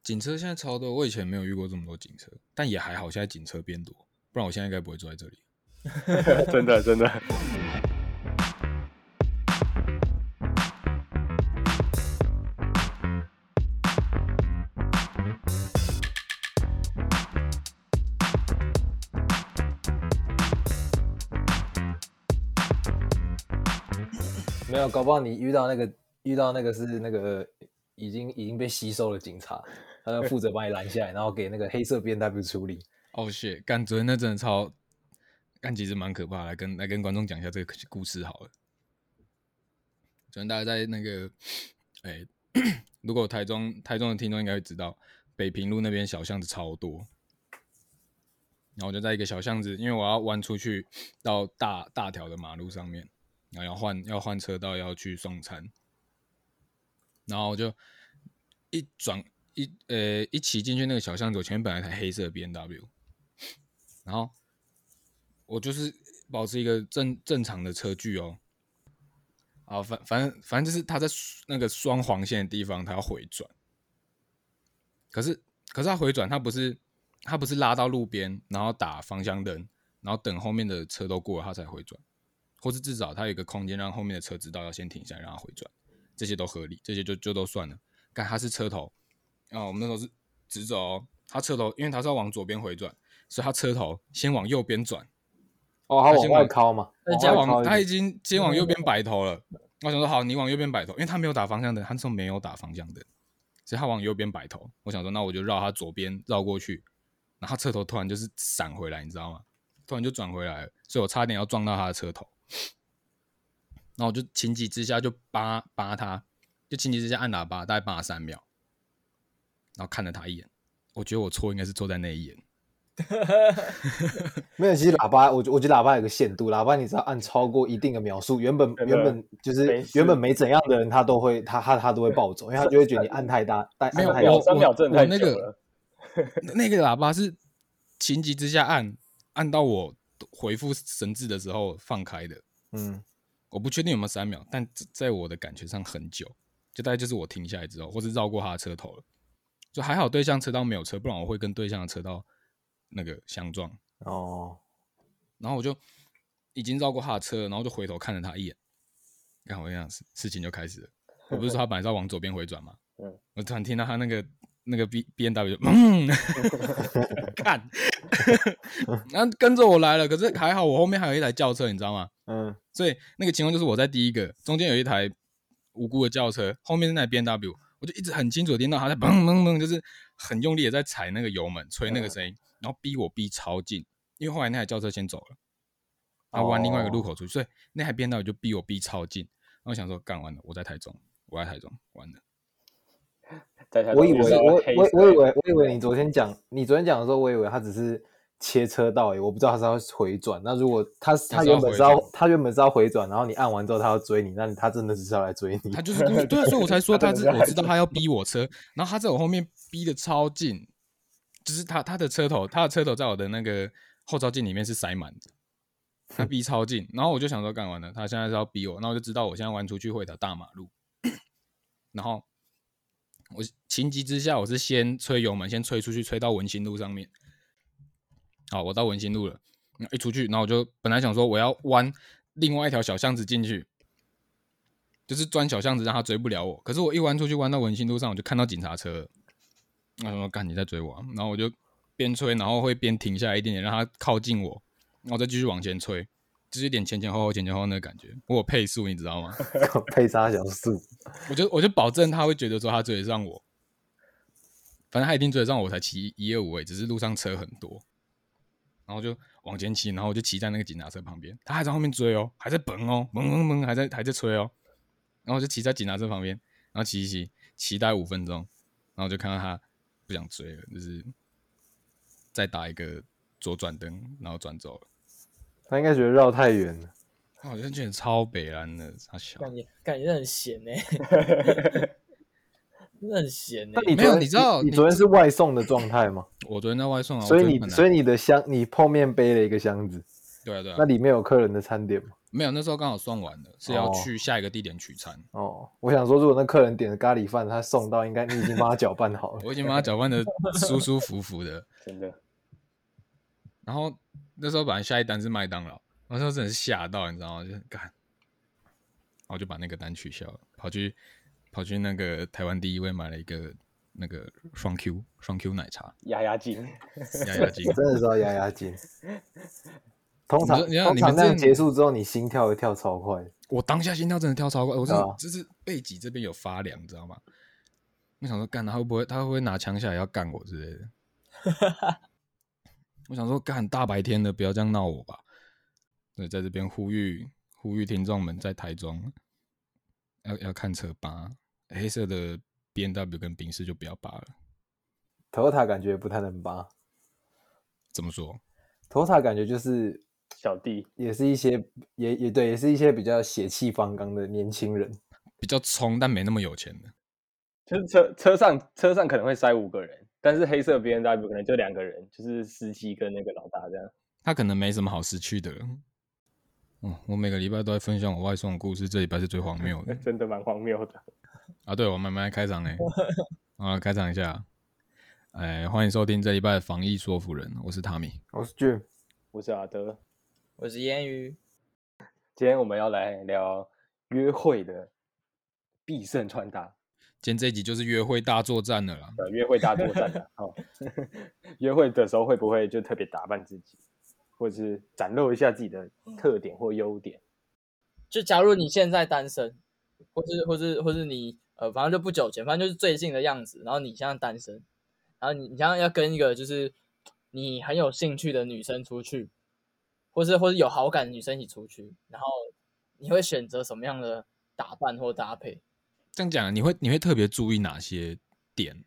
警车现在超多，我以前没有遇过这么多警车，但也还好，现在警车变多，不然我现在应该不会坐在这里。 真的真的。 没有，搞不好你遇到那个是那个已经被吸收的警察，他要负责把你拦下来，然后给那个黑色 BMW 处理。 哦shit，干昨天那真的超，干其实蛮可怕的，来跟观众讲一下这个故事好了。昨天大家在那个，如果台中的听众应该会知道，北平路那边小巷子超多。然后我就在一个小巷子，因为我要弯出去到大条的马路上面，然后要换车道要去送餐，然后我就一骑进去那个小巷子，我前面本来一台黑色的 BMW， 然后我就是保持一个正常的车距哦，啊反正就是他在那个双黄线的地方，他要回转，可是他回转他不是拉到路边，然后打方向灯，然后等后面的车都过了他才回转，或是至少他有一个空间让后面的车知道要先停下来让他回转，这些都合理，这些就都算了。但他是车头啊，我们那时候是直走哦，他车头因为他是要往左边回转，所以他车头先往右边转。 哦，他往外靠嘛， 他已经先往右边摆头了。我想说好，你往右边摆头，因为他没有打方向灯，他那时候没有打方向灯，所以他往右边摆头。我想说，那我就绕他左边绕过去，然后他车头突然就是闪回来，你知道吗？突然就转回来了，所以我差点要撞到他的车头。然后我就情急之下就扒他，就情急之下按喇叭，大概扒3秒，然后看了他一眼。我觉得我错应该是坐在那一眼。 没有，其实喇叭，我觉得喇叭有个限度，喇叭你只要按超过一定的秒数，原本没怎样的人，他都会暴走，因为他就会觉得你按太大， 没有3秒真的太久了。 那个喇叭是情急之下按到我回复神智的时候放开的。我不确定有没有3秒，但在我的感觉上很久，就大概就是我停下来之后，或是绕过他的车头了。就还好对向车道没有车，不然我会跟对向的车道那个相撞。然后我就已经绕过他的车，然后就回头看了他一眼。看我跟你讲，事情就开始了。我不是说他本来是要往左边回转吗？我突然听到他那个 BMW 就看，然后跟着我来了。可是还好，我后面还有一台轿车，你知道吗？所以那个情况就是我在第一个，中间有一台无辜的轿车，后面是那台 BMW， 我就一直很清楚的听到他在砰砰砰，就是很用力的在踩那个油门，吹那个声音，然后逼超近，因为后来那台轿车先走了，然后弯另外一个路口出去，所以那台 BMW 就逼超近。然后我想说，干完了，我在台中，完了。 我以为你昨天讲的时候，我以为他只是切车道而已，我不知道他是要回转。那如果他原本是要回转，然后你按完之后他要追你，那他真的是要来追你。 他就是故意，对啊，所以我才说我知道他要逼我车，然后他在我后面逼的超近，就是他的车头在我的那个后照镜里面是塞满的，他逼超近，然后我就想说干完了，他现在是要逼我，然后我就知道我现在弯出去会一条大马路，然后我情急之下我是先吹油门，先吹出去，吹到文心路上面。好，我到文心路了，一出去，然后我就本来想说我要弯另外一条小巷子进去，就是钻小巷子让他追不了我。可是我一弯出去，弯到文心路上，我就看到警察车了。我说干，你在追我啊？然后我就边吹，然后会边停下来一点点，让他靠近我，然后再继续往前吹，就是有点前后那个感觉。我有配速，你知道吗？ 配啥小速？ 我就保证他会觉得说他追得上我，反正他一定追得上我才骑125，只是路上车很多。然后就往前骑，然后我就骑在那个警察车旁边，他还在后面追哦，还在蹦哦，蹦，还在吹哦。然后我就骑在警察车旁边，然后骑大概5分钟，然后就看到他不想追了，就是再打一个左转灯，然后转走了。 他应该觉得绕太远了。 他好像觉得超北蓝的，他小感觉很闲欸真的很闲那没有， 你知道你昨天是外送的状态吗？ 我昨天在外送啊， 所以你的箱，你后面背了一个箱子， 对啊， 那里面有客人的餐点吗？ 没有，那时候刚好算完了，是要去下一个地点取餐。 我想说，如果那客人点的咖喱饭，他送到，应该你已经帮他搅拌好了。 我已经帮他搅拌的舒舒服服的， 真的。 然后那时候本来下一单是麦当劳，那时候真的是吓到，你知道吗？就干，然后我就把那个单取消了，跑去那个台湾第一位买了一个那个双 Q 奶茶， 压惊， 压惊， 真的是要压惊。通常你那样结束之后，你心跳会跳超快。 我当下心跳真的跳超快，我就是背脊这边有发凉，你知道吗？我想说，干他会不会拿枪下来要干我之类的？我想说，干大白天的不要这样闹我吧。对，在这边呼吁听众们，在台中要看车扒，黑色的 BMW 跟宾士就不要扒了。 Toyota 感觉不太能扒。 怎么说 ？Toyota 感觉就是小弟， 也是一些也是一些比较血气方刚的年轻人， 比较冲但没那么有钱的。 就是车上可能会塞5个人，但是黑色 BMW 可能就2个人，就是司机跟那个老大这样。 他可能没什么好失去的了。我每个礼拜都在分享我外送的故事，这礼拜是最荒谬的， 真的蛮荒谬的。 啊，对，我慢慢开场嘞，开场一下，欢迎收听这礼拜的防疫说服人，我是汤米， 我是 Jim， 我是阿德， 我是烟鱼。 今天我们要来聊约会的必胜穿搭。 今天这一集就是约会大作战了啦。 约会大作战的约会的时候会不会就特别打扮自己，或者是展露一下自己的特点或优点？ 就假如你现在单身，或是你反正就不久前，反正就是最近的样子，然后你现在单身，然后你现在要跟一个就是你很有兴趣的女生出去，或是有好感的女生一起出去，然后你会选择什么样的打扮或搭配？ 这样讲，你会特别注意哪些点？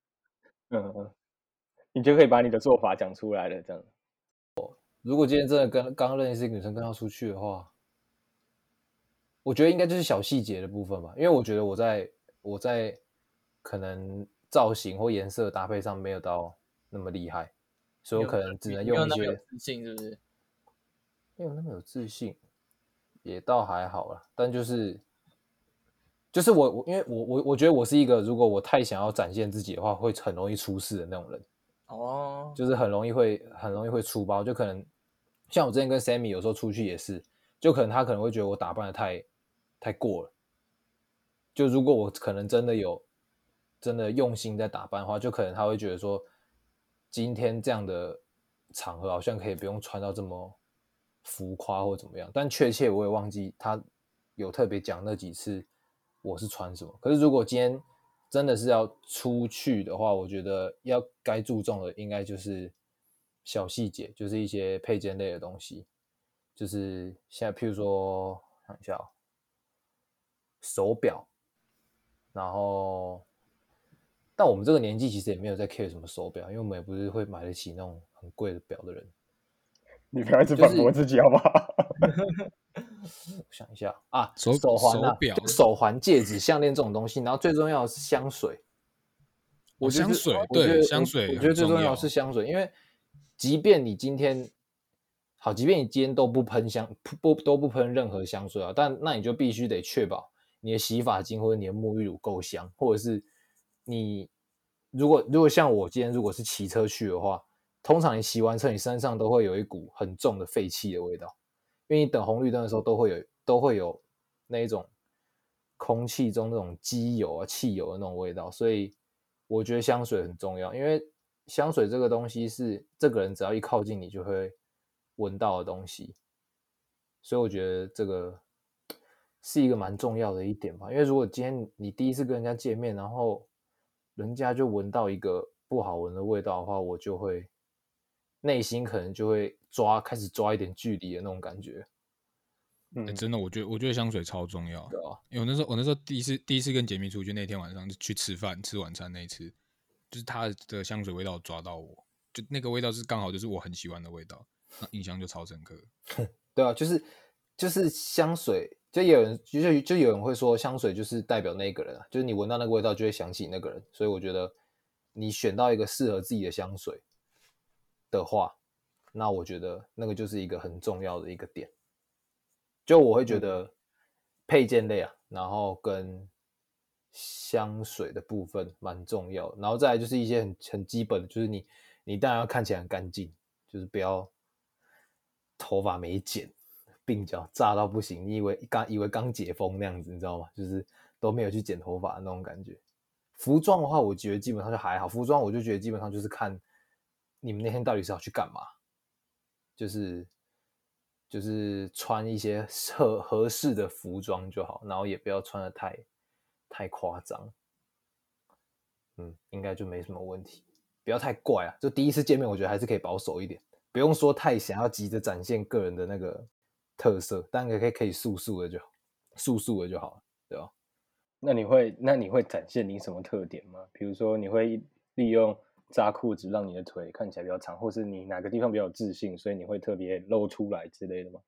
你就可以把你的做法讲出来了。这样， 如果今天真的跟刚认识一个女生跟她出去的话，我觉得应该就是小细节的部分吧，因为我觉得我在可能造型或颜色搭配上没有到那么厉害，所以我可能只能用一些。 没有那么有自信，是不是？ 没有那么有自信，也倒还好啦，但就是因为我觉得我是一个，如果我太想要展现自己的话，会很容易出事的那种人。就是很容易会出包，就可能像我之前跟 Sammy 有时候出去也是，就可能他可能会觉得我打扮的太过了。就如果我可能真的用心在打扮的话，就可能他会觉得说，今天这样的场合好像可以不用穿到这么浮夸或怎么样。但确切我也忘记他有特别讲那几次我是穿什么。可是如果今天真的是要出去的话，我觉得该注重的应该就是小细节，就是一些配件类的东西。就是现在譬如说看一下手表，然后但我们这个年纪其实也没有在 care 什么手表，因为我们也不是会买得起那种很贵的表的人。 你不要一直反驳自己好不好？ 我想一下啊， 手环啊， 表、 手环、戒指、项链这种东西，然后最重要的是香水。 香水，对，香水， 我觉得最重要的是香水，因为即便你今天都不喷都不喷任何香水啊，但那你就必须得确保你的洗发精或者你的沐浴乳够香，或者是你如果像我今天如果是骑车去的话，通常你洗完车你身上都会有一股很重的废气的味道，因为你等红绿灯的时候都会有那一种空气中那种机油啊汽油的那种味道，所以我觉得香水很重要，因为香水这个东西是这个人只要一靠近你就会闻到的东西，所以我觉得这个是一个蛮重要的一点吧。因为如果今天你第一次跟人家见面，然后人家就闻到一个不好闻的味道的话，我就会内心可能就会开始抓一点距离的那种感觉。 真的，我觉得香水超重要。 对啊， 因为我那时候第一次跟姐妹出去，那天晚上就去吃晚餐那一次，就是她的香水味道抓到我，就那个味道是刚好就是我很喜欢的味道，那印象就超深刻。 对啊，就是香水，就有人会说香水就是代表那个人啊，就是你闻到那个味道就会想起那个人，所以我觉得你选到一个适合自己的香水的话，那我觉得那个就是一个很重要的一个点。 就我会觉得配件类啊，然后跟香水的部分蛮重要的，然后再来就是一些很基本的，就是你当然要看起来很干净，就是不要头发没剪，鬓角炸到不行，你以为刚解封那样子，你知道吗？就是都没有去剪头发那种感觉。服装的话，我觉得基本上就还好。服装我就觉得基本上就是看你们那天到底是要去干嘛，就是穿一些合适的服装就好，然后也不要穿的太夸张。应该就没什么问题，不要太怪啊。就第一次见面，我觉得还是可以保守一点，不用说太想要急着展现个人的那个特色，但可以素素的就好了，对吧？ 那你会展现你什么特点吗？比如说你会利用扎裤子让你的腿看起来比较长，或是你哪个地方比较有自信，所以你会特别露出来之类的吗？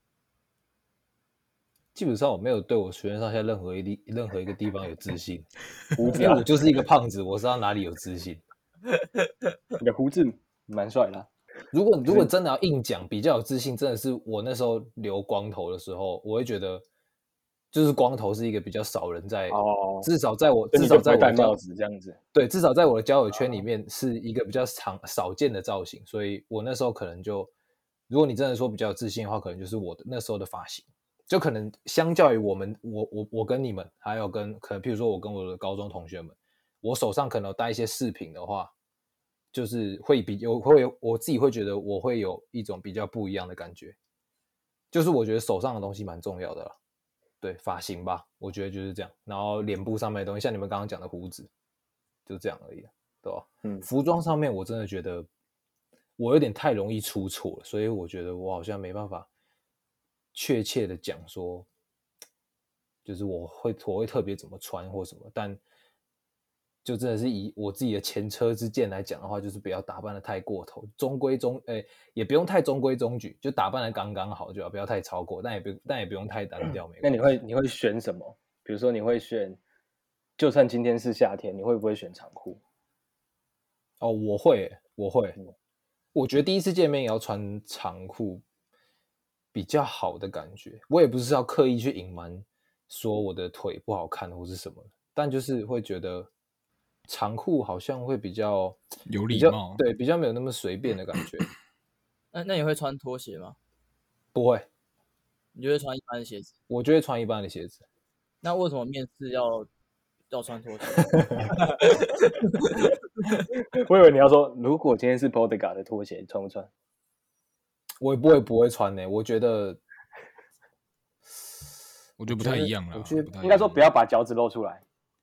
基本上我没有对我全身上下任何一个地方有自信， 胡子因为我就是一个胖子，我知道哪里有自信。 你的胡子蛮帅的啊。 如果真的要硬讲比较有自信，真的是我那时候留光头的时候，我会觉得就是光头是一个比较少人在，至少在我戴帽子这样子， 对，至少在我的交友圈里面是一个比较少见的造型，所以我那时候可能就，如果你真的说比较有自信的话，可能就是我的那时候的发型，就可能相较于我跟你们，还有可能譬如说我跟我的高中同学们，我手上可能有带一些饰品的话，就是我自己会觉得我会有一种比较不一样的感觉，就是我觉得手上的东西蛮重要的啦。对，发型吧，我觉得就是这样。然后脸部上面的东西，像你们刚刚讲的胡子，就这样而已，对吧？服装上面我真的觉得我有点太容易出错了，所以我觉得我好像没办法确切的讲说，就是我会特别怎么穿或什么，但就真的是以我自己的前车之鉴来讲的话，就是不要打扮的太过头，也不用太中规中矩，就打扮的刚刚好就好，不要太超过，但也不用太单调。 那你会选什么？比如说你会选，就算今天是夏天，你会不会选长裤？ 哦，我会，我觉得第一次见面也要穿长裤比较好的感觉。我也不是要刻意去隐瞒说我的腿不好看或是什么，但就是会觉得长裤好像会比较有礼貌， 对，比较没有那么随便的感觉。 那你会穿拖鞋吗？ 不会， 你就会穿一般的鞋子？ 我就会穿一般的鞋子。 那为什么面试要穿拖鞋？ 我以为你要说，如果今天是 Bottega 的拖鞋，穿不穿？ 我也不会穿呢、我觉得不太一样啦。 我觉得应该说不要把脚趾露出来。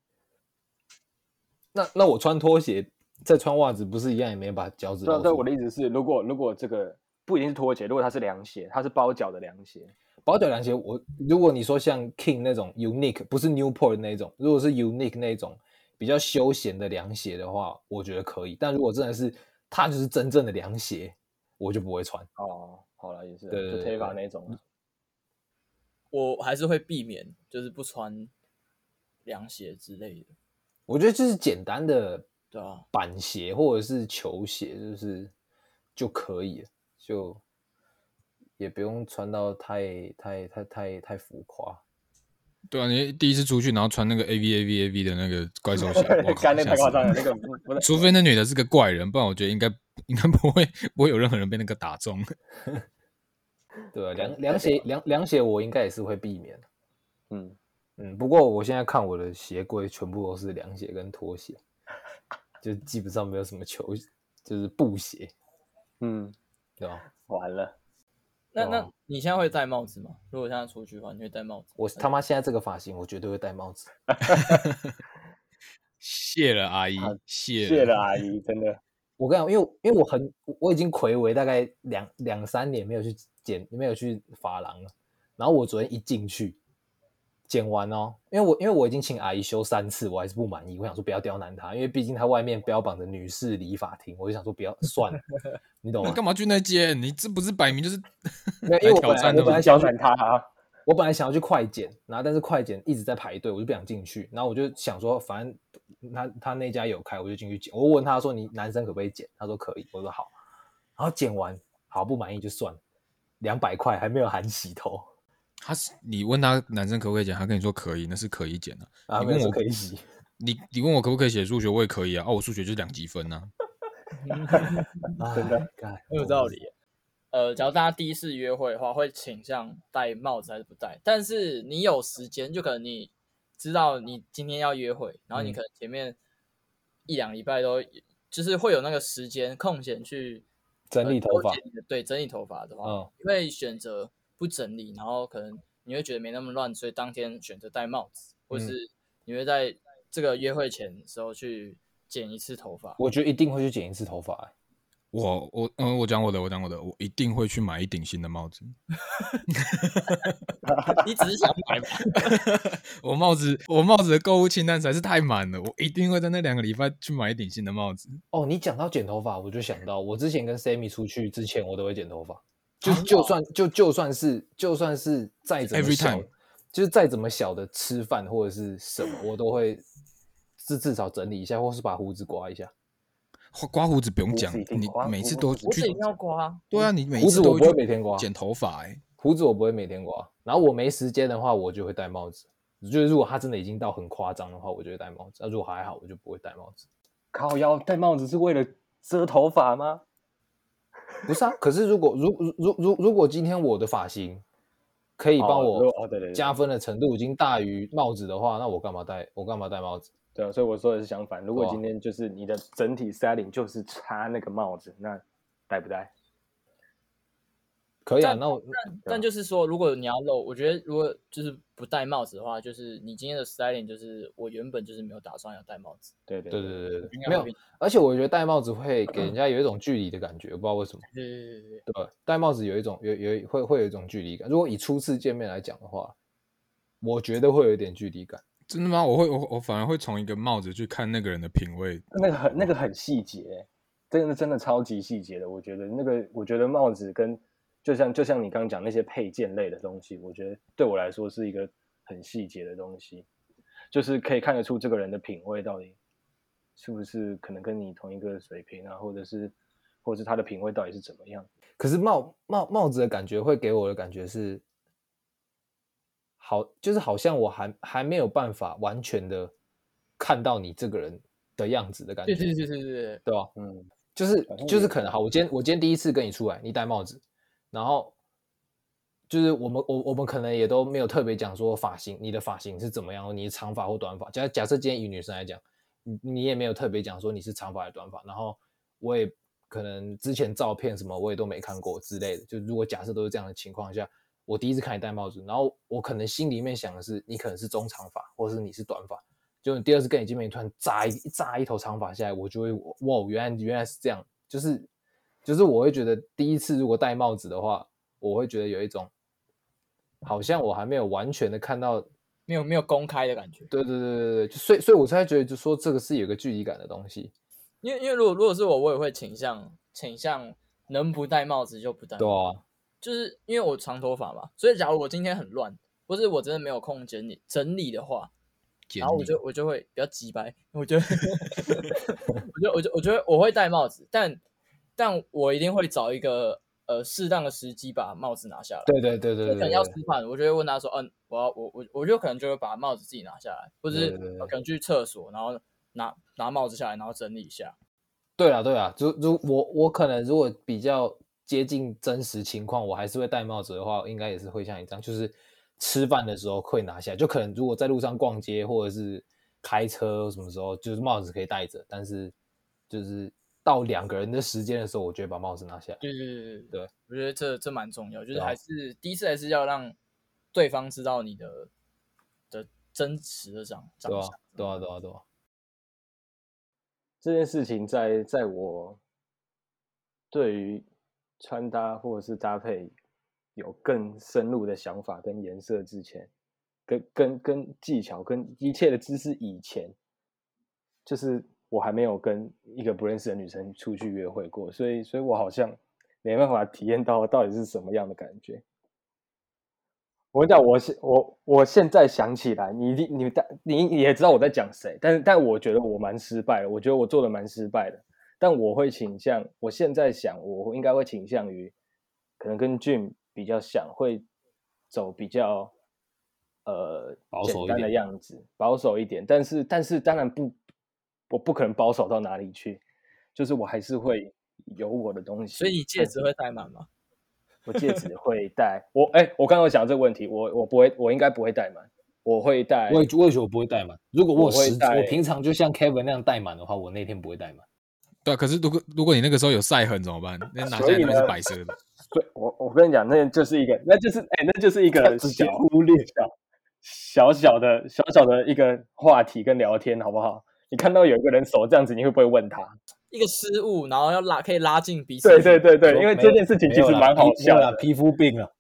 那我穿拖鞋再穿袜子不是一样，也没把脚趾露出来？ 对，我的意思是，如果这个不一定是拖鞋，如果它是凉鞋，它是包脚的凉鞋。 包脚凉鞋，如果你说像 King 那种 Unique， 不是 Newport 那种，如果是 Unique 那种比较休闲的凉鞋的话，我觉得可以。但如果真的是它就是真正的凉鞋，我就不会穿。 哦，好了，也是， 对就 Teva 那种。 我还是会避免，就是不穿凉鞋之类的。 我觉得就是简单的对啊， 板鞋或者是球鞋，就可以了，就也不用穿到太浮夸。 对啊，你第一次出去，然后穿那个 AV 的那个怪兽鞋，我靠， 那太夸张了，那个除非那女的是个怪人，不然我觉得应该不会有任何人被那个打中。 对啊，凉鞋我应该也是会避免。不过我现在看我的鞋柜全部都是凉鞋跟拖鞋，就基本上没有什么就是布鞋。对吧？ 完了。 那你现在会戴帽子吗？如果现在出去的话，你会戴帽子？ 我他妈现在这个发型，我绝对会戴帽子。 谢了阿姨， 谢了阿姨，真的。 我跟你讲，因为我已经睽违大概两三年没有去发廊了，然后我昨天一进去剪完哦，因为我已经请阿姨修3次，我还是不满意，我想说不要刁难她，因为毕竟她外面标榜着女士理发厅，我就想说不要算了，你懂吗？ 干嘛去那间？你这不是摆明就是没有，因为我本来想刁难她啊。 我本来想要去快剪，然后但是快剪一直在排队，我就不想进去。然后我就想说，反正他那家有开，我就进去剪。我问他说：“你男生可不可以剪？”他说可以。我说好。然后剪完好不满意就算了，200块还没有含洗头。 你问他男生可不可以剪，他跟你说可以，那是可以剪的。你问我可以洗， 你问我可不可以写数学，我也可以啊。我数学就是2级分啊。 真的很有道理。假如大家第一次约会的话，会倾向戴帽子还是不戴？但是你有时间，就可能你知道你今天要约会，然后你可能前面1-2礼拜都就是会有那个时间空闲去整理头发。 对，整理头发的话，你会选择不整理，然后可能你会觉得没那么乱，所以当天选择戴帽子，或是你会在这个约会前的时候去剪一次头发。 我觉得一定会去剪一次头发。 我讲我的，我一定会去买一顶新的帽子。 你只是想买吧？ 我帽子的购物清单实在是太满了，我一定会在那2个礼拜去买一顶新的帽子。 哦，你讲到剪头发，我就想到我之前跟 Sammy 出去之前，我都会剪头发。就算是再怎么小，就是再怎么小的吃饭或者是什么，我都会至少整理一下，或是把胡子刮一下。 刮胡子不用讲，你每次都胡子一定要刮。 对啊，你每次都胡子我不会每天刮， 剪头发胡子我不会每天刮。然后我没时间的话，我就会戴帽子。就是如果他真的已经到很夸张的话，我就会戴帽子。如果还好，我就不会戴帽子。 靠腰戴帽子是为了遮头发吗？ 不是啊，可是如果今天我的发型可以帮我加分的程度已经大于帽子的话，那我干嘛戴帽子？ 对啊，所以我说的是相反。如果今天就是你的整体 styling 就是差那个帽子，那戴不戴？ 可以啊， 但就是说，如果你要露，我觉得如果就是不戴帽子的话，就是你今天的 styling 就是我原本就是没有打算要戴帽子。 对，没有。而且我觉得戴帽子会给人家有一种距离的感觉，我不知道为什么。对，戴帽子有一种会有一种距离感。如果以初次见面来讲的话，我觉得会有一点距离感。 真的吗？我反而会从一个帽子去看那个人的品味。 那个很细节，真的超级细节的。我觉得帽子跟就像你刚刚讲那些配件类的东西，我觉得对我来说是一个很细节的东西，就是可以看得出这个人的品味到底是不是可能跟你同一个水平啊，或者是他的品味到底是怎么样。 可是帽子的感觉会给我的感觉是就是好像我还没有办法完全的看到你这个人的样子的感觉。对吧？就是可能好，我今天第一次跟你出来，你戴帽子。然后就是我们可能也都没有特别讲说你的发型是怎么样，你是长发或短发。假设今天以女生来讲，你也没有特别讲说你是长发还是短发。然后我也可能之前照片什么我也都没看过之类的。就如果假设都是这样的情况下，我第一次看你戴帽子，然后我可能心里面想的是你可能是中长发，或是你是短发。就第二次跟你见面，你突然扎一头长发下来，我就会哇，原来是这样。就是我会觉得第一次如果戴帽子的话，我会觉得有一种好像我还没有完全的看到， 没有公开的感觉。 对，所以我才觉得就说这个是有个距离感的东西。 因为如果是我也会倾向能不戴帽子就不戴帽子。 对啊， 就是因为我长头发嘛，所以假如我今天很乱，或是我真的没有空整理的话，然后我就会比较鸡掰，我觉得我会戴帽子，但我一定会找一个适当的时机把帽子拿下来。 对， 可能要吃饭，我就会问他说，我就可能就会把帽子自己拿下来，或者可能去厕所，然后拿帽子下来，然后整理一下。 对啊，我可能如果比较接近真实情况，我还是会戴帽子的话，应该也是会像你这样，就是吃饭的时候会拿下来。就可能如果在路上逛街或者是开车什么时候，就是帽子可以戴着，但是就是到2个人的时间的时候，我就会把帽子拿下来。 对，我觉得这蛮重要，就是还是第一次还是要让对方知道你的真实的长相。 对啊。 这件事情在我对于穿搭或者是搭配有更深入的想法跟颜色之前，跟技巧跟一切的知识以前，就是我还没有跟一个不认识的女生出去约会过，所以我好像没办法体验到底是什么样的感觉。我跟你讲，我现在想起来，你也知道我在讲谁，但我觉得我蛮失败的，我觉得我做的蛮失败的。但我会倾向，我现在想，我应该会倾向于，可能跟 Jim 比较像，会走比较简单的保守一点样子，保守一点。但是当然我不可能保守到哪里去，就是我还是会有我的东西。 所以你戒指会戴满吗？ 我戒指会戴，我刚刚有想到这个问题，我不会，我应该不会戴满，我会戴。 我也觉得我不会戴满。如果我平常就像 Kevin 那样戴满的话，我那天不会戴满。 对啊，可是如果你那个时候有晒痕怎么办？那拿下来都是白色的。 所以我跟你讲，那就是一个忽略小小的一个话题跟聊天，好不好？你看到有一个人手这样子，你会不会问他？ 一个失误，然后可以拉近彼此。 对，因为这件事情其实蛮好笑的。 皮肤病了，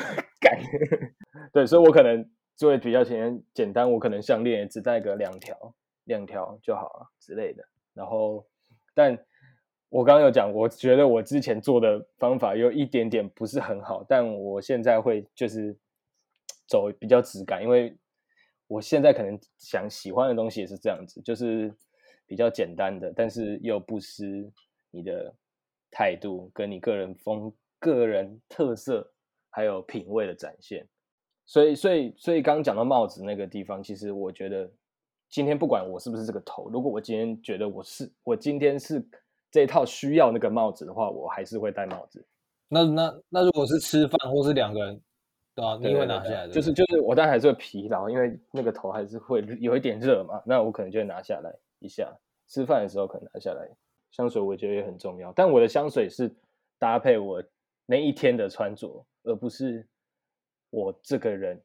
对，所以我可能就会比较简单，我可能项链只戴个两条就好了之类的。然后，但我刚刚有讲，我觉得我之前做的方法有一点点不是很好，但我现在会就是走比较质感，因为我现在可能喜欢的东西也是这样子，就是比较简单的，但是又不失你的态度跟你个人特色还有品味的展现。所以刚刚讲到帽子那个地方，其实我觉得今天不管我是不是这个头，如果我今天觉得我今天是这一套需要那个帽子的话，我还是会戴帽子。 那如果是吃饭或是两个人，对啊，你会拿下来的。 就是我当然还是会疲劳，因为那个头还是会有一点热嘛，那我可能就会拿下来一下。吃饭的时候可能拿下来。香水我觉得也很重要，但我的香水是搭配我那一天的穿着，而不是我这个人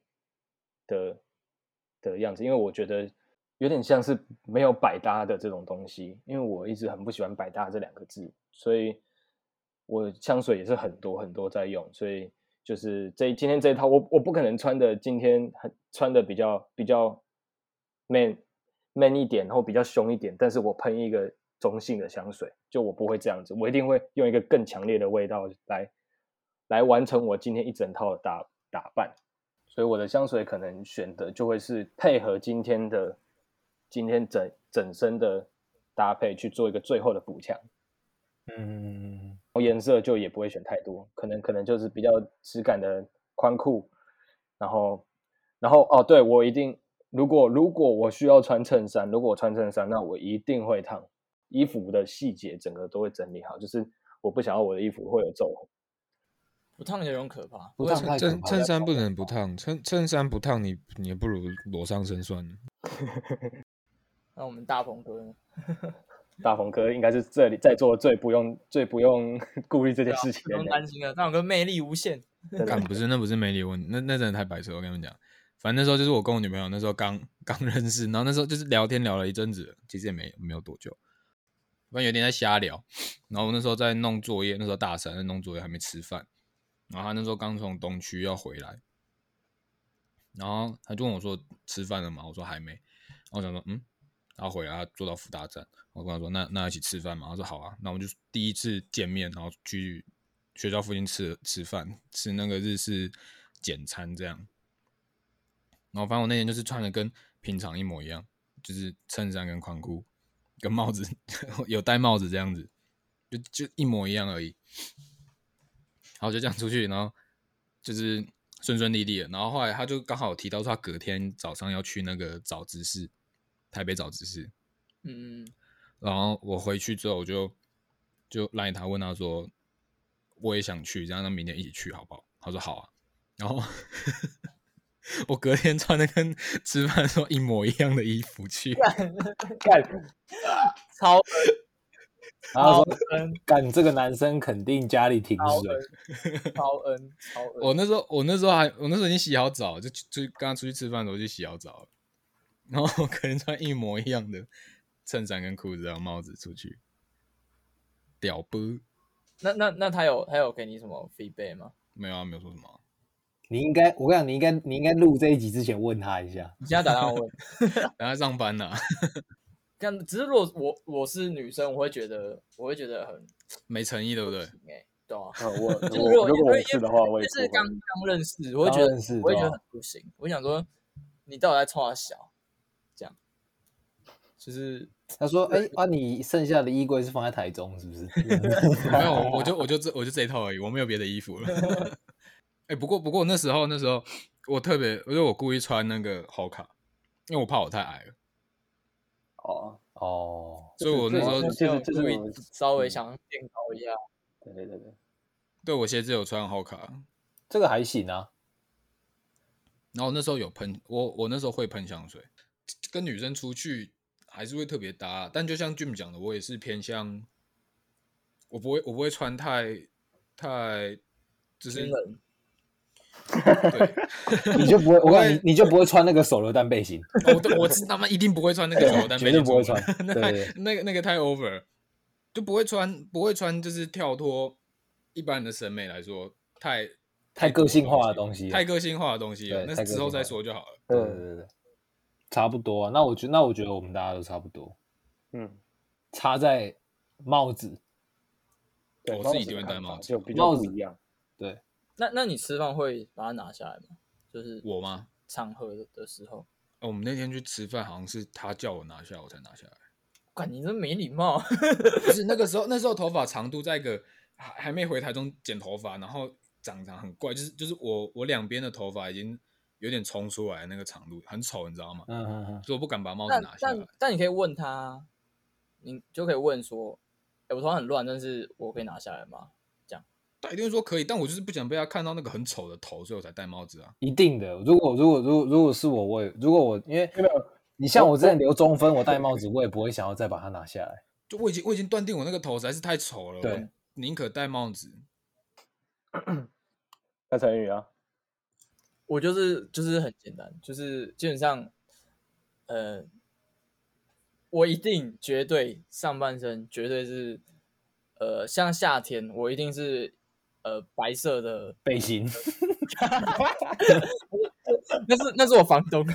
的样子，因为我觉得有点像是没有百搭的这种东西，因为我一直很不喜欢百搭这两个字，所以我香水也是很多很多在用，所以就是今天这一套我不可能今天穿的比较 man 一点，然后比较凶一点，但是我喷一个中性的香水，就我不会这样子，我一定会用一个更强烈的味道来完成我今天一整套的打扮。所以我的香水可能选的就会是配合今天整身的搭配去做一个最后的补强。颜色就也不会选太多，可能就是比较质感的宽裤，然后对，我一定如果我需要穿衬衫，如果我穿衬衫，那我一定会烫衣服的细节，整个都会整理好，就是我不想要我的衣服会有皱痕。 不烫有点可怕， 不烫太可怕。 衬衫不能不烫，衬衫不烫你也不如裸上身算了。 那我们大鹏哥呢？ 大鹏哥应该是这里在座最不用顾虑这件事情的人， 不用担心了。大鹏哥魅力无限。 那不是魅力问题，那真的太白痴了。我跟你们讲，反正那时候就是我跟我女朋友那时候刚认识，然后那时候就是聊天聊了一阵子，其实也没有多久，反正有点在瞎聊。然后我那时候在弄作业，那时候大三在弄作业还没吃饭，然后他那时候刚从东区要回来，然后他就问我说吃饭了吗？我说还没，然后我想说然后回来他坐到福大站，我跟他说那一起吃饭嘛，他说好啊，那我们就第一次见面，然后去学校附近吃饭，吃那个日式简餐这样。然后反正我那天就是穿的跟平常一模一样，就是衬衫跟宽裤跟帽子有戴帽子这样子，就一模一样而已。然后就这样出去，然后就是顺顺利利的。然后后来他就刚好提到说他隔天早上要去那个早知识，台北早知识。然后我回去之后我就赖他问他说我也想去，这样那明天一起去好不好？他说好啊。然后我隔天穿的跟吃饭的时候一模一样的衣服去， 超然后说干这个男生肯定家里停水， 超恩。 我那时候已经洗好澡，就刚刚出去吃饭的时候就洗好澡了，然后我可能穿一模一样的衬衫跟裤子还有帽子出去，屌不？ 那他有给你什么 feedback 吗？ 没有啊，没有说什么啊。 我跟你讲，你应该录这一集之前问他一下。 你现在打电话问， 等他上班啊。 只是如果我是女生，我会觉得很没诚意，对不对？ 对啊。 如果我是的话，我也是刚认识，我会觉得很不行。我想说，你到底在冲他小？这样，就是他说，你剩下的衣柜是放在台中是不是？ 没有，我就这一套而已，我没有别的衣服了。 不过那时候我特别，因为我故意穿那个好卡，因为我怕我太矮了。所以我那时候就是故意稍微想变高一下。 对， 我鞋子有穿好卡， 这个还行啊。 然后那时候有喷，我那时候会喷香水，跟女生出去还是会特别搭，但就像 Jim 讲的，我也是偏向，我不会穿太就是对， 你就不会，我告诉你，你就不会穿那个手榴弹背心。 我他妈一定不会穿那个手榴弹背心， 绝对不会穿。对， 那个太 over， 就不会穿，就是跳脱一般人的审美来说，太个性化的东西， 太个性化的东西了，那之后再说就好了。 对，差不多啊。那我觉得我们大家都差不多。差在帽子。 对， 我自己一定会戴帽子， 就比较不一样。 对， 那你吃饭会把它拿下来吗？就是我吗？ 场合的时候。 我们那天去吃饭，好像是他叫我拿下，我才拿下来。 干，你真没礼貌。 不是那时候头发长度在一个还没回台中剪头发，然后长很怪，就是我两边的头发已经有点冲出来，那个长度很丑，你知道吗？所以我不敢把帽子拿下来。 但你可以问他，你就可以问说，我头发很乱，但是我可以拿下来吗？这样。 他一定会说可以，但我就是不想被他看到那个很丑的头，所以我才戴帽子啊。 一定的，如果是我，因为你像我之前留中分，我戴帽子，我也不会想要再把它拿下来。 就我已经断定我那个头实在是太丑了， 对， 宁可戴帽子。 那陈宇啊， 我就是很简单，就是基本上，我一定绝对上半身绝对是，像夏天我一定是白色的背心， 那是我房东，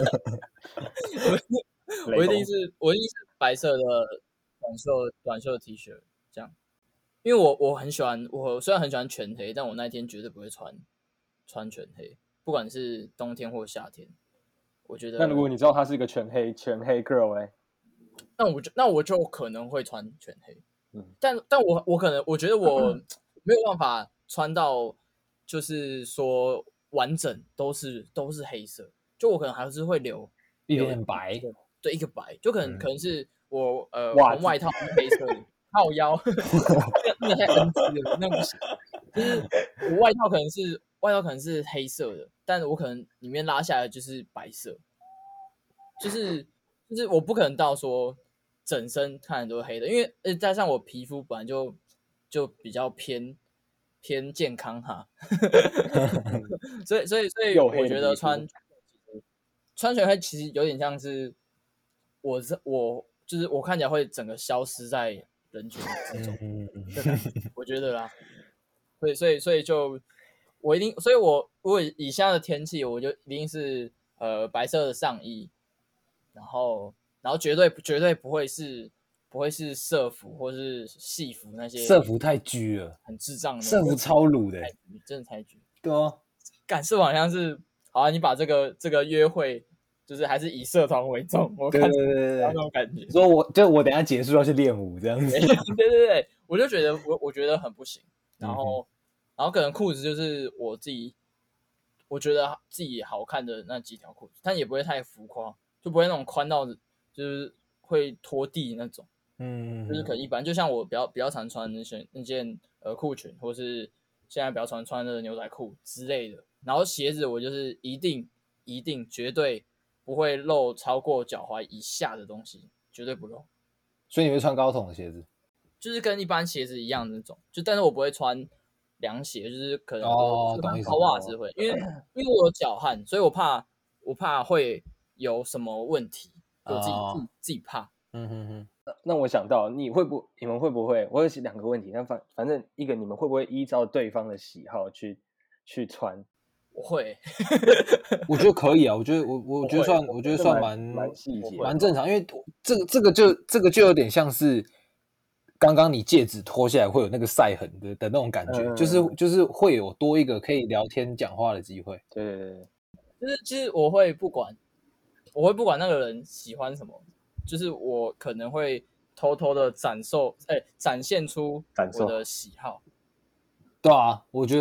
我一定是白色的短袖 T 恤这样，因为我很喜欢，我虽然很喜欢全黑，但我那天绝对不会穿全黑，不管是冬天或夏天。我觉得， 那如果你知道他是一个全黑 girl 那我就可能会穿全黑，但我可能我觉得我没有办法穿到，就是说完整都是黑色，就我可能还是会留一点白， 对，一个白，就可能是我红外套是黑色的，靠腰，那个太 NG 了，那不行，就是我外套可能是黑色的，但我可能里面拉下来就是白色，就是我不可能到说整身看都是黑的，因为加上我皮肤本来就比较偏健康哈，所以我觉得穿全黑其实有点像是我就是我看起来会整个消失在人群之中的感觉，我觉得啦，所以就我一定，所以我如果以现在的天气，我就一定是白色的上衣，然后绝对不会是社服或是戏服那些， 社服太拘了， 很智障的， 社服超鲁的， 真的太拘。 对啊， 感受好像是好啊，你把这个约会就是还是以社团为重，我看对那种感觉。 说我等一下结束要去练舞这样子， 对，我就觉得我觉得很不行，然后可能裤子就是我觉得自己好看的那几条裤子，但也不会太浮夸，就不会那种宽到就是会拖地那种，就是可能一般，就像我比较常穿那件裤裙，或是现在比较常穿的牛仔裤之类的，然后鞋子我就是一定绝对不会露超过脚踝以下的东西，绝对不露。 所以你会穿高筒的鞋子？ 就是跟一般鞋子一样的那种，但是我不会穿凉鞋，就是可能高袜子会，因为我有脚汗，所以我怕会有什么问题，我自己怕。 那我想到你们会不会？我有两个问题，那反正一个你们会不会依照对方的喜好去穿？ 我会， 我觉得可以啊，我觉得算蛮细节， 蛮正常，因为这个就有点像是刚刚你戒指脱下来会有那个晒痕的那种感觉，就是会有多一个可以聊天讲话的机会。 对， 就是其实我会不管那个人喜欢什么，就是我可能会偷偷的展现出我的喜好。 对啊，我觉得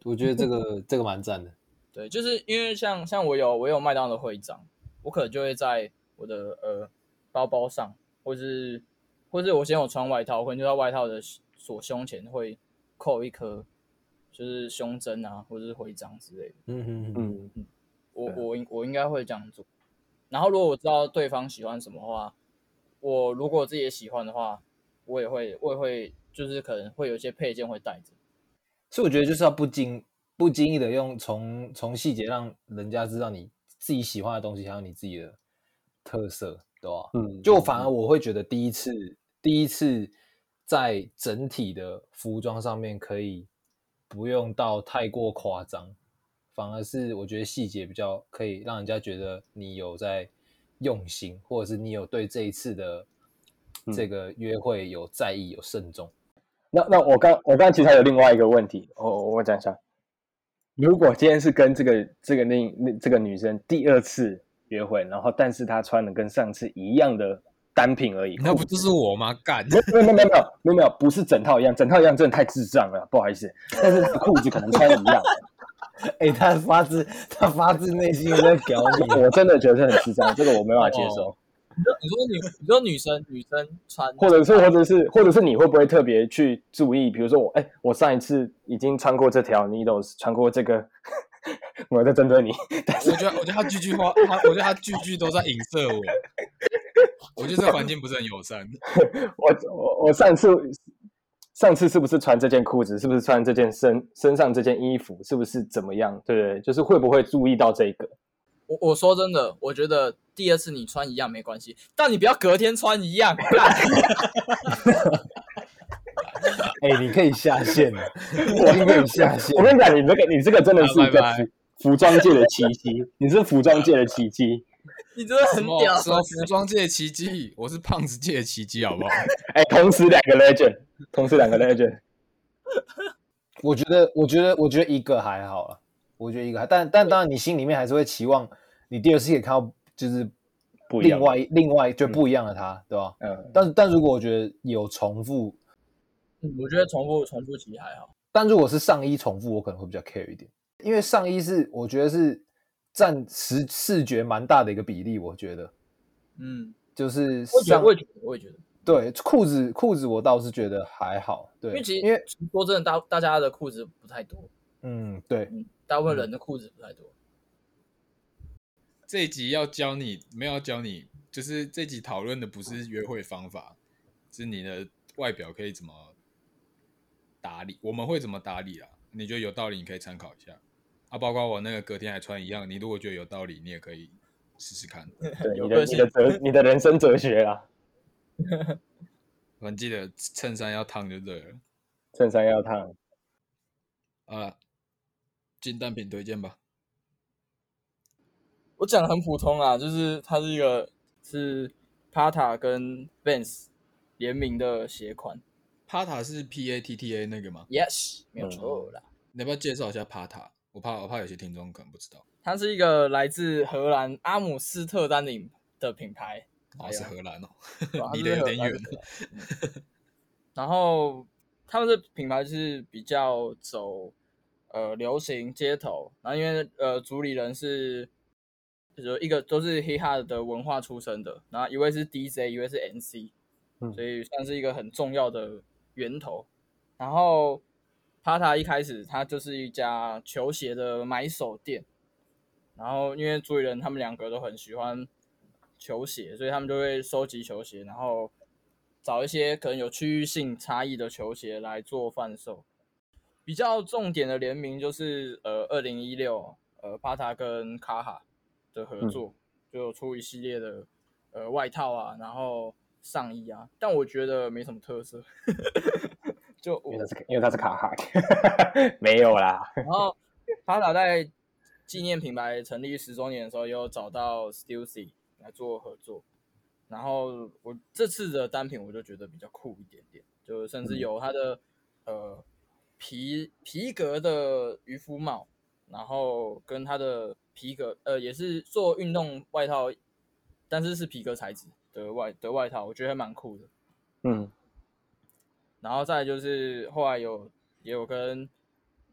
我觉得这个蛮赞的。 对，就是因为像我有麦当劳的徽章，我可能就会在我的包包上，或是我今天有穿外套，我可能就在外套的左胸前会扣一颗，就是胸针啊，或者是徽章之类的。我应该会这样做。然后如果我知道对方喜欢什么话，我如果自己也喜欢的话，我也会就是可能会有一些配件会带着。 所以我觉得就是要不经意的用从细节让人家知道你自己喜欢的东西，还有你自己的特色，对吧？就反而我会觉得第一次在整体的服装上面可以不用到太过夸张，反而是我觉得细节比较可以让人家觉得你有在用心，或者是你有对这一次的这个约会有在意、有慎重。 那我刚其实还有另外一个问题，我讲一下，如果今天是跟这个女生第二次约会，然后但是她穿的跟上次一样的单品而已， 那不就是我吗？干， 没有，不是整套一样，整套一样真的太智障了，不好意思，但是她的裤子可能穿的一样。 他发自内心的在屌你， 我真的觉得很智障，这个我没办法接受。 你说女生穿， 或者是你会不会特别去注意？比如说我上一次已经穿过这条，你都穿过这个，我在针对你。 我觉得他句句话，我觉得他句句都在影射我。我觉得这个环境不是很友善。 我上次是不是穿这件裤子？是不是穿这件身上这件衣服？是不是怎么样？对不对？就是会不会注意到这个？ 我说真的，我觉得第二次你穿一样没关系，但你不要隔天穿一样。 你可以下线了，我可以下线。 我跟你讲，你这个真的是一个服装界的奇迹，你是服装界的奇迹。 你真的很屌！ 什么服装界的奇迹？我是胖子界的奇迹，好不好？ 同时两个 legend。 我觉得一个还好了，我觉得一个还，但当然你心里面还是会期望你第二次可以看到就是另外就不一样的他，对吧？但如果我觉得有重复， 我觉得重复其实还好。 但如果是上衣重复，我可能会比较 care 一点，因为上衣我觉得是占视觉蛮大的一个比例，我觉得，就是我也觉得。 对，裤子我倒是觉得还好，对， 因为说真的，大家的裤子不太多， 对， 大部分人的裤子不太多。 这一集要教你，没有要教你，就是这集讨论的不是约会方法，是你的外表可以怎么打理，我们会怎么打理啦？你觉得有道理，你可以参考一下啊。包括我那个隔天还穿一样，你如果觉得有道理，你也可以试试看。 对，你的人生哲学啦。 我记得衬衫要烫就对了。 衬衫要烫。 进单品推荐吧。 我讲的很普通啊，就是它是一个是 Pata 跟 Vans 联名的鞋款。 Pata 是 PATTA 那个吗 ？Yes， 没有错啦。 你要不要介绍一下 Pata？ 我怕有些听众可能不知道。 它是一个来自荷兰阿姆斯特丹的品牌。 是荷兰哦， 离得有点远。 然后他们的品牌是比较走流行街头，然后因为主理人是就一个都是 hip hop 的文化出身的，然后一位是 DJ， 一位是 MC，所以算是一个很重要的源头。然后 Pata 一开始它就是一家球鞋的买手店，然后因为主理人他们两个都很喜欢球鞋，所以他们就会收集球鞋，然后找一些可能有区域性差异的球鞋来做贩售。比较重点的联名就是2016Pata 跟卡哈的合作，就有出一系列的外套啊，然后上衣啊，但我觉得没什么特色。就因为它是卡哈，没有啦。 然后 Pata 在纪念品牌成立10周年的时候，也有找到 Stussy 来做合作。然后我这次的单品我就觉得比较酷一点点，就甚至有它的皮革的渔夫帽，然后跟它的皮革也是做运动外套，但是皮革材质的外套，我觉得还蛮酷的。然后再来就是后来也有跟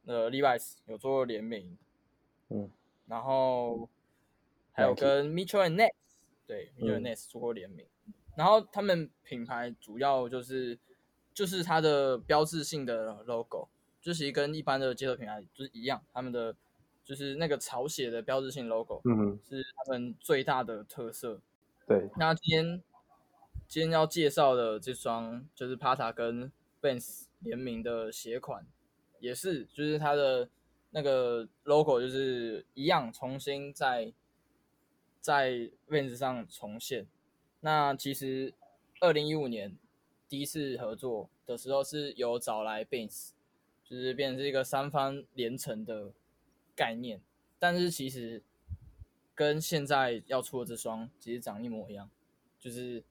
Levi's 有做联名，然后还有 Nike 跟 Mitchell and Ness 对 Mitchell and Ness 做过联名，然后他们品牌主要就是它的标志性的 logo， 就其实跟一般的街头品牌就是一样，他们的就是那个草写的标志性 logo， 是他们最大的特色。 对， 那今天要介绍的这双就是 Pata 跟 Vans 联名的鞋款，也是就是它的那个 logo 就是一样，重新在 Vans 上重现。那其实2015年第一次合作的时候是有找来 Vans， 就是变成是一个3方联成的概念，但是其实跟现在要出的这双其实长一模一样，就是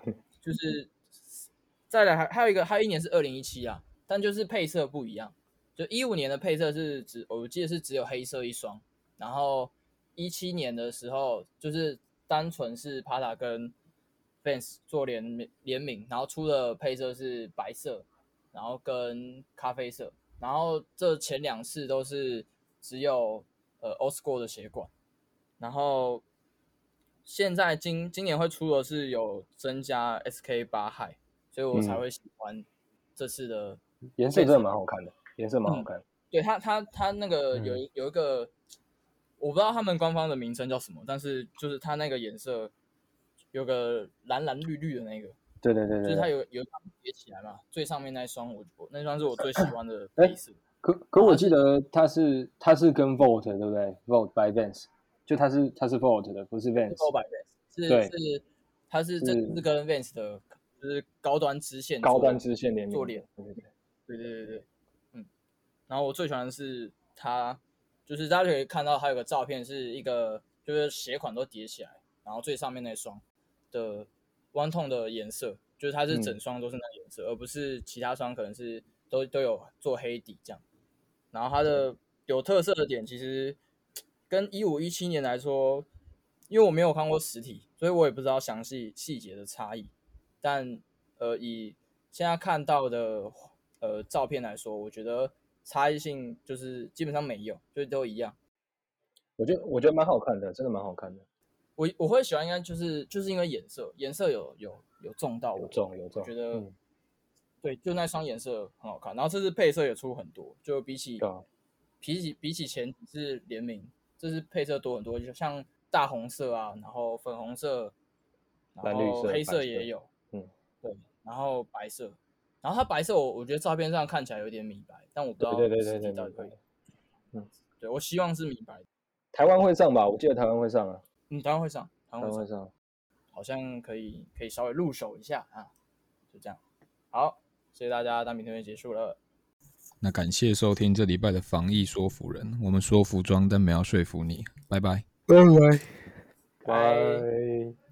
再来还有一年是2017啊，但就是配色不一样，就15年的配色是我记得是只有黑色一双，然后17年的时候就是单纯是 Pata 跟 Vans 做联名，然后出的配色是白色，然后跟咖啡色，然后这前2次都是只有Old School 的鞋款，然后现在今年会出的是有增加 SK8 High， 所以我才会喜欢这次的颜色真的蛮好看的，颜色蛮好看的。 对它那个有一个我不知道他们官方的名称叫什么，但是就是它那个颜色有个蓝蓝绿绿的那个， 对， 就是它有叠起来嘛，最上面那一双那双是我最喜欢的配色。 可我记得它是跟 Volt 对不对 ？Volt by Vans， 就它是 Volt 的，不是 Vans。 by Vans 是它是这是跟 Vans 的，就是高端支线联名做联，对，然后我最喜欢的是它，就是大家可以看到它有个照片是一个就是鞋款都叠起来，然后最上面那双的One Tone的颜色，就是它是整双都是那个颜色，而不是其他双可能是都有做黑底这样。然后它的有特色的点其实跟15、17年来说，因为我没有看过实体，所以我也不知道详细细节的差异。但以现在看到的照片来说，我觉得差异性就是基本上没有，就都一样。 我觉得蛮好看的，真的蛮好看的。 我会喜欢应该就是因为颜色有中到我，有中，我觉得对，就那双颜色很好看。然后这次配色也出很多，就比起前几次联名，这次配色多很多，就像大红色啊，然后粉红色，然后黑色也有，对，然后白色，然后它白色我觉得照片上看起来有点米白，但我不知道实际到底会，对，我希望是米白。 台湾会上吧？我记得台湾会上啊。 台湾会上，好像可以稍微入手一下啊，就这样。好，谢谢大家，单品推荐结束了。 那感谢收听这礼拜的防疫说服人，我们说服装，但没有说服你，拜拜， 拜。